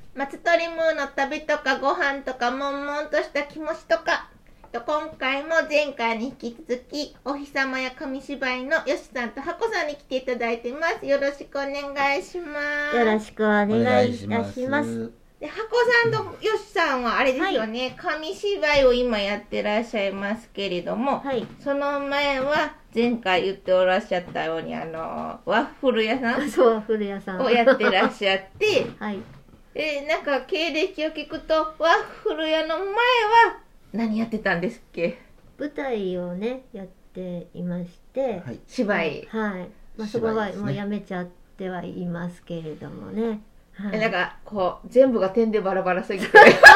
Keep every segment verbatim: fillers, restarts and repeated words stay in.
松鳥ムーの旅とかご飯とか悶々とした気持ちとか、と今回も前回に引き続きお日様や紙芝居のよしさんとはこさんに来ていただいてます。よろしくお願いします。 よろしくお願いいたします。 で、はこさんとよしさんはあれですよね、はい、紙芝居を今やってらっしゃいますけれども、はい、その前は前回言っておらっしゃったようにあのワッフル屋さんそうワッフル屋さんをやってらっしゃって、 はい、 でなんか経歴を聞くとワッフル屋の前は何やってたんですっけ？ 舞台をねやっていまして、 はい、芝居、 はい、まあ、そこはもうやめちゃってはいますけれどもね。 はい、なんかこう全部が点でバラバラすぎて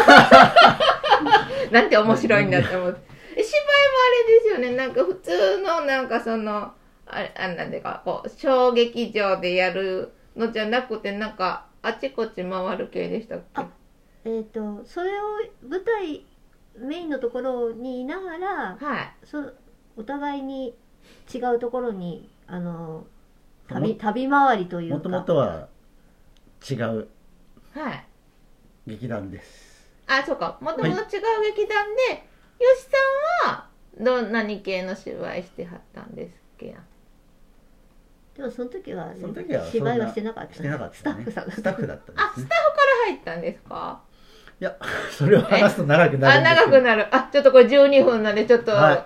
なんて面白いんだって思って芝居もあれですよね、なんか普通のなんかそのあれあなんでかこう小劇場でやるのじゃなくてなんかあちこち回る系でしたっけ？ あえっとそれを舞台メインのところにいながら、はい、そお互いに違うところにあの 旅, 旅回りというか、 もともとは違う劇団です。 はい、あ、そうか。もともと違う劇団で、はい、よしさんはど何系の芝居してはったんですっけ？ でもその時は、ね、 その時は芝居はしてなかった。 してなかった、ね、 スタッフさんスタッフだったんです、ね。 あ、スタッフから入ったんですか？ いや、それを話すと長くなるんですけど。 あ、長くなる。あ、ちょっとこれじゅうにふんなんでちょっと、はい、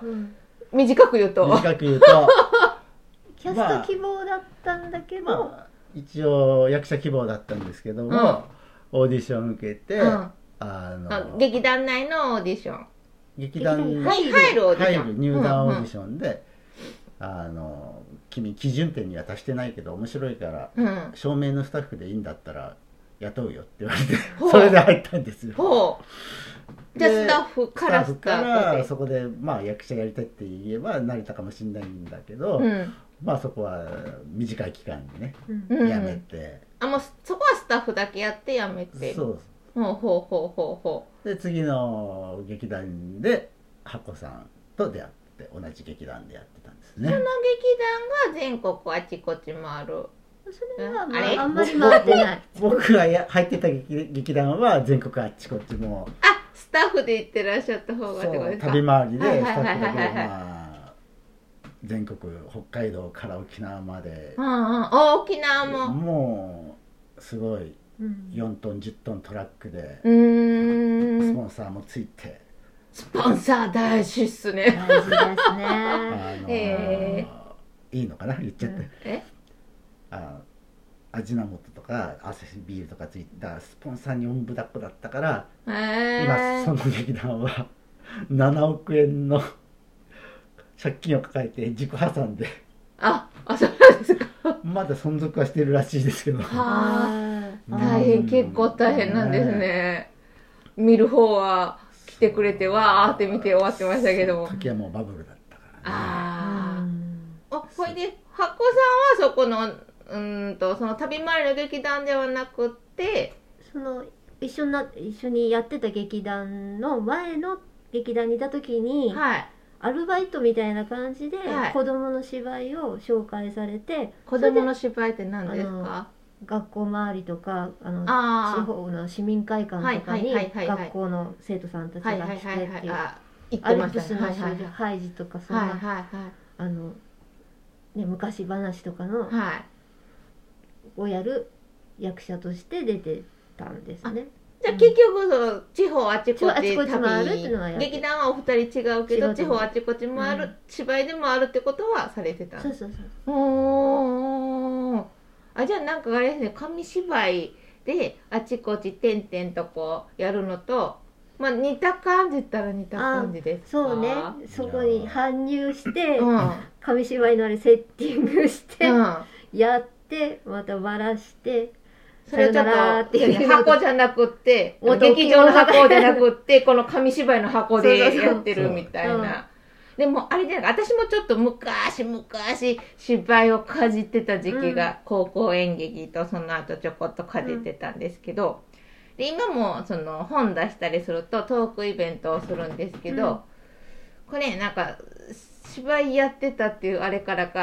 短く言うと。 短く言うと。 キャスト希望だったんだけど、まあまあ、 一応役者希望だったんですけども、うん、オーディション受けて、うん、 あの劇団内のオーディション劇団に入るオーディション、 入る入団オーディションで、うんうん、あの君基準点には達してないけど面白いから、うん、照明のスタッフでいいんだったら雇うよって言われてそれで入ったんですよ。 ほう。じゃあスタッフからスタッフからそこでまあ役者やりたいって言えばなれたかもしれないんだけど、うん、まあそこは短い期間にね、うん、辞めて、 あ、もうそこはスタッフだけやって辞めて、 そうほうほうほうほうほうで次の劇団ではこさんと出会って同じ劇団でやってたんですね。 その劇団が全国あちこち回る。 それは、まあ、あれあんまり回ってない。 僕がや入ってた 劇, 劇団は全国あっちこっちも、 あ、スタッフで行ってらっしゃった方がってことですか？ 旅回りでスタッフだけまあ全国北海道から沖縄まで、 うんうん、沖縄ももうすごいよんトンじゅっトントラックで、 うーん、 スポンサーもついて、 スポンサー大事っすね。 大事ですね。 あのーえー、いいのかな言っちゃって、うん、 えあ味の素とかアサヒビールとかついたスポンサーにおんぶだっこだったから、 えー、 今その劇団はななおくえんの借金を抱えて自己破産で、 ああ、そうなんですか。 まだ存続はしてるらしいですけど、はあ、大変、結構大変なんですね。ね、見る方は来てくれてわーって見て終わってましたけども、 時はもうバブルだったからね。 ああ、ほいではこさんはそこのうんとその旅回りの劇団ではなくて、 その一緒にな一緒にやってた劇団の前の劇団にいた時に、はい、アルバイトみたいな感じで子供の芝居を紹介されて、はい、 子供の芝居って何ですか？ 学校周りとかあの地方の市民会館とかに学校の生徒さんたちが来てっていうアルプスのハイジとかそんな、はいはいはい、あのね、昔話とかの、はい、をやる役者として出てたんですね。 じゃあ結局その地方あちこち旅、劇団はお二人違うけど地方あちこち回る、うん、芝居でもあるってことはされてたんです。 そうそうそう。 おー、あ、じゃあなんかあれですね、紙芝居であちこち点々とこうやるのと、まあ似た感じったら似た感じですか？ そうね、そこに搬入して、うん、紙芝居のあれセッティングして、うん、やってまたバラして、 それはちょっと箱じゃなくって劇場の箱じゃなくってこの紙芝居の箱でやってるみたいな。でもあれじゃないか、私もちょっと昔昔芝居をかじってた時期が高校演劇とその後ちょこっとかじってたんですけど、で今もその本出したりするとトークイベントをするんですけど、これなんか芝居やってたっていうあれからか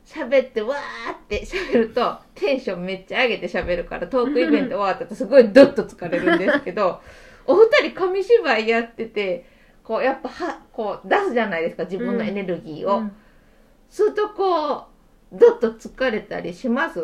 喋ってわーって喋るとテンションめっちゃ上げて喋るからトークイベント終わったとすごいドッと疲れるんですけどお二人紙芝居やっててこうやっぱはこう出すじゃないですか自分のエネルギーを、うん、するとこうドッと疲れたりします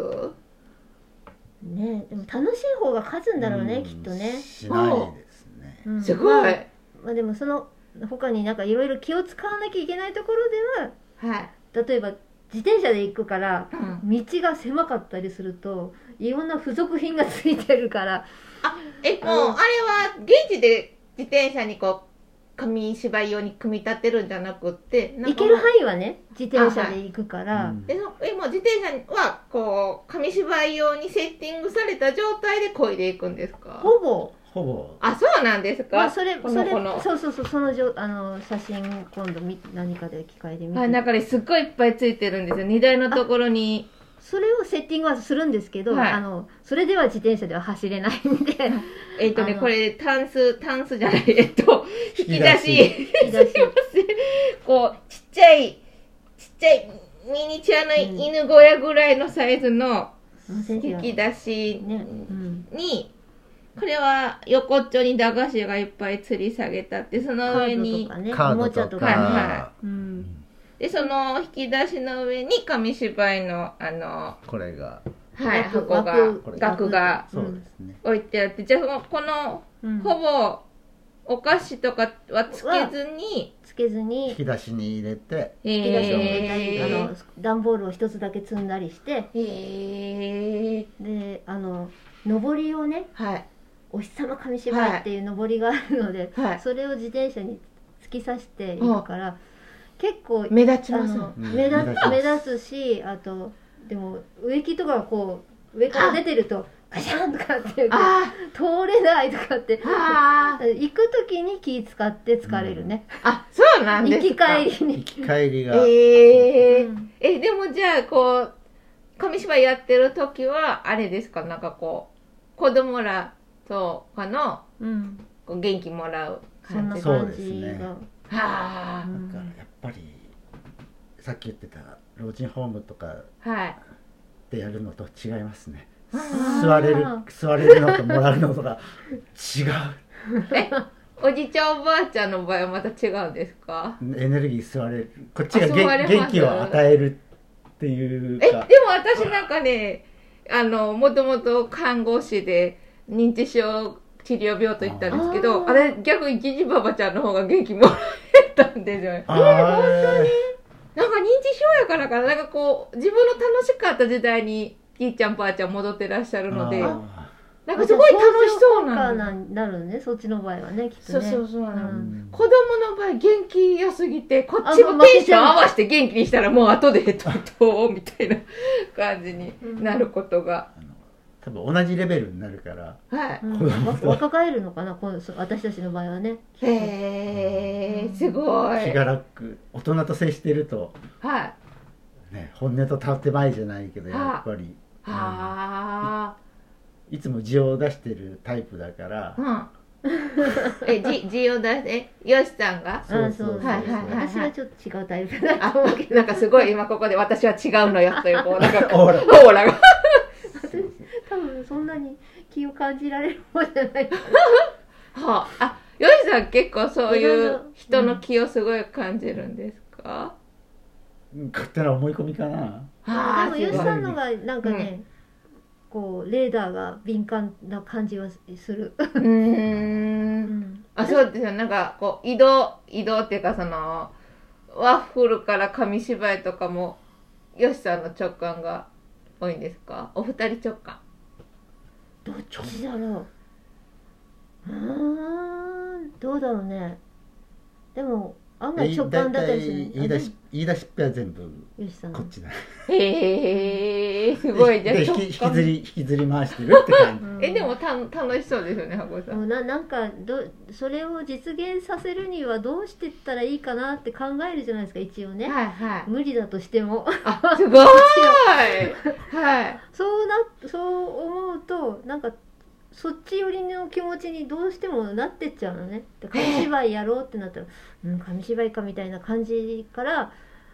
ね。でも楽しい方が勝つんだろうね、うん、きっとね。 しないですね、 うん、すごい、まあ、 まあでもその他になんかいろいろ気を使わなきゃいけないところでは、はい、例えば自転車で行くから、うん、道が狭かったりするといろんな付属品がついてるからあえもうあれは現地で自転車にこう紙芝居用に組み立てるんじゃなくって行ける範囲はね自転車で行くから、はい、 でえもう自転車はこう紙芝居用にセッティングされた状態で漕いでいくんですか？ ほぼほぼあそうなんですか、まあ、それそれそうそうそうそのじょあの写真今度み何かで機械で見てあ中にすっごいいっぱいついてるんですよ荷台のところにそれをセッティングはするんですけど、はい、あのそれでは自転車では走れないんでえっとねこれタンスタンスじゃないえっと引き出し引き出しこうちっちゃいちっちゃいミニチュアの犬小屋ぐらいのサイズの引き出しに、ねうん、これは横っちょに駄菓子がいっぱい吊り下げたってその上にカードとかねおもちゃとか、はいはい、 うんでその引き出しの上に紙芝居のあのこれがはい箱が額が置いてあってじゃあこの、うん、ほぼお菓子とかはつけずにつけずに引き出しに入れて引き出しを入れたり、えー、あの段ボールを一つだけ積んだりして、 えー、であの上りをね、 はい、 お日様紙芝居っていう上りがあるので、はい、それを自転車に突き刺していくから。結構目立ちます、 うん、目立つ目立つしあとでも植木とかがこう上から出てるとガシャンとかっていう通れないとかって行く時に気使って疲れるね、 うん、あそうなんですか行き帰りに行き帰りがえーうん、えでもじゃあこう紙芝居やってる時はあれですかなんかこう子供らとかの、うん、こう元気もらう感じそんな感じがはあ、 なんかやっぱりさっき言ってた老人ホームとかでやるのと違いますね、はい、座れる座れるのともらうのとか違うえおじちゃんおばあちゃんの場合はまた違うんですか？ エネルギー吸われるこっちが元気を与えるっていうかえでも私なんかねあのもともと看護師で認知症治療病と言ったんですけど あ, あれ逆にじじばばちゃんの方が元気もらえたんですよね。えー、本当になんか認知症やからかななんかこう自分の楽しかった時代にじいちゃんばあちゃん戻ってらっしゃるのでなんかすごい楽しそうなのなるねそっちの場合はねきっとねそうそうそうなの、うん、子供の場合元気良すぎてこっちもテンション合わせて元気にしたらもう後でととみたいな感じになることが、うん多分同じレベルになるから、 はい、 うん、若返るのかなこの私たちの場合はねへえすごい気が楽大人と接してると、 はいね、本音と建前じゃないけどやっぱり、 はあ、 うん、い, いつも字を出してるタイプだから、 うんえ字字を出してよしさんがそうそうそう、はいはいはい、私はちょっと違うタイプだと思うけどなんかすごい今ここで私は違うのよというこうなんかオーラオーラが多分そんなに気を感じられる方じゃないかなはあ、あ、よしさん結構そういう人の気をすごい感じるんですか？ うん、勝手な思い込みかな。 あでもよしさんのがなんかね、うん、こうレーダーが敏感な感じはするうーん、 うん、あそうですよなんかこう移動移動っていうかそのワッフルから紙芝居とかもよしさんの直感が多いんですか？お二人直感どっちだろううーんどうだろうねでも案外直感だったりする言い出し言い出しっぺは全部こっちだへえすごいじゃあ引き引きずり引きずり回してるって感じ、 うん、えでもた楽しそうですよね箱さんななんかどそれを実現させるにはどうしていったらいいかなって考えるじゃないですか一応ね、 はいはい、 無理だとしてもあすごいはいそうなそう思うとなんかそっち寄りの気持ちにどうしてもなってっちゃうのね紙芝居やろうってなったら、うん、紙芝居かみたいな感じから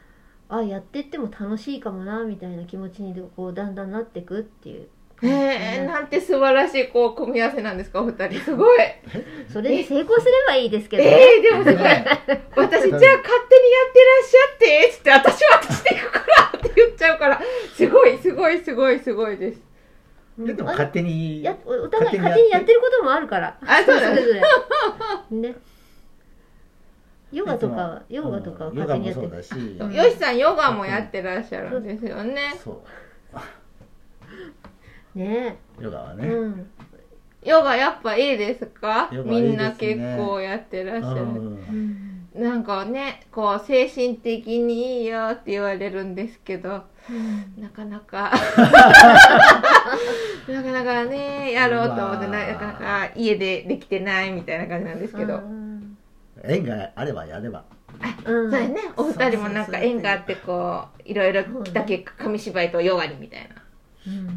あやってっても楽しいかもなみたいな気持ちにこうだんだんなっていくっていう。 えー、なんて素晴らしいこう組み合わせなんですかお二人。すごい。 それで成功すればいいですけどね。 えー、でもすごい。私じゃあ勝手にやってらっしゃってつって私は私で行くからって言っちゃうからすごいすごいすごいすごいです。 でも勝手にやお互い勝手にやってることもあるから。 あ、そうだね。 ね。ヨガとかヨガとか勝手にやってる。ヨガもそうだし。 よしさんヨガもやってらっしゃるんですよね。そう。 ねヨガはね、 うん、ヨガやっぱいいですか？いいですね、みんな結構やってらっしゃる、うん、なんかねこう精神的にいいよって言われるんですけど、うん、なかなかなかなかねやろうと思ってなかなか家でできてないみたいな感じなんですけど、うん、 縁があればやればあ、うん、そうですね。お二人もなんか縁があってこういろいろ来た結果紙芝居とヨガにみたいな、うんうん、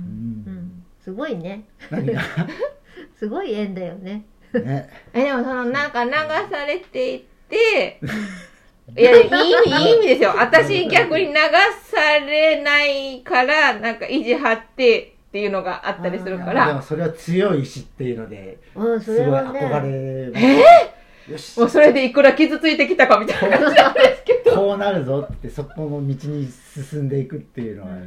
すごいね。何がすごい縁だよね。 ねえでもそのなんか流されていっていやいい意味いい意味ですよ。私逆に流されないからなんか意地張ってっていうのがあったりするから。 でもそれは強い意志っていうので、 うん、それはね、 すごい憧れ。 えー、よしもうそれでいくら傷ついてきたかみたいな感じなんですけど。 こうなるぞってそこの道に進んでいくっていうのは、ね。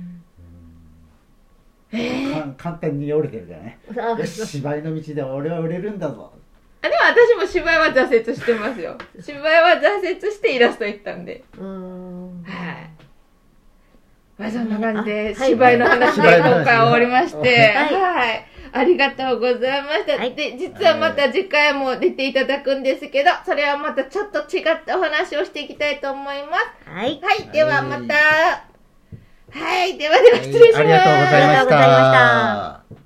うんえー、簡単に折れてるじゃない。よし芝居の道で俺は売れるんだぞ。 あでも私も芝居は挫折してますよ。芝居は挫折してイラスト行ったんで。うーんはい。まあそんな感じで芝居の話で今回終わりまして、はい、はい、ありがとうございました。はい、で実はまた次回も出ていただくんですけど、それはまたちょっと違ったお話をしていきたいと思います。はい。はい、ではまた。はい、ではでは失礼します。 はい、ありがとうございました。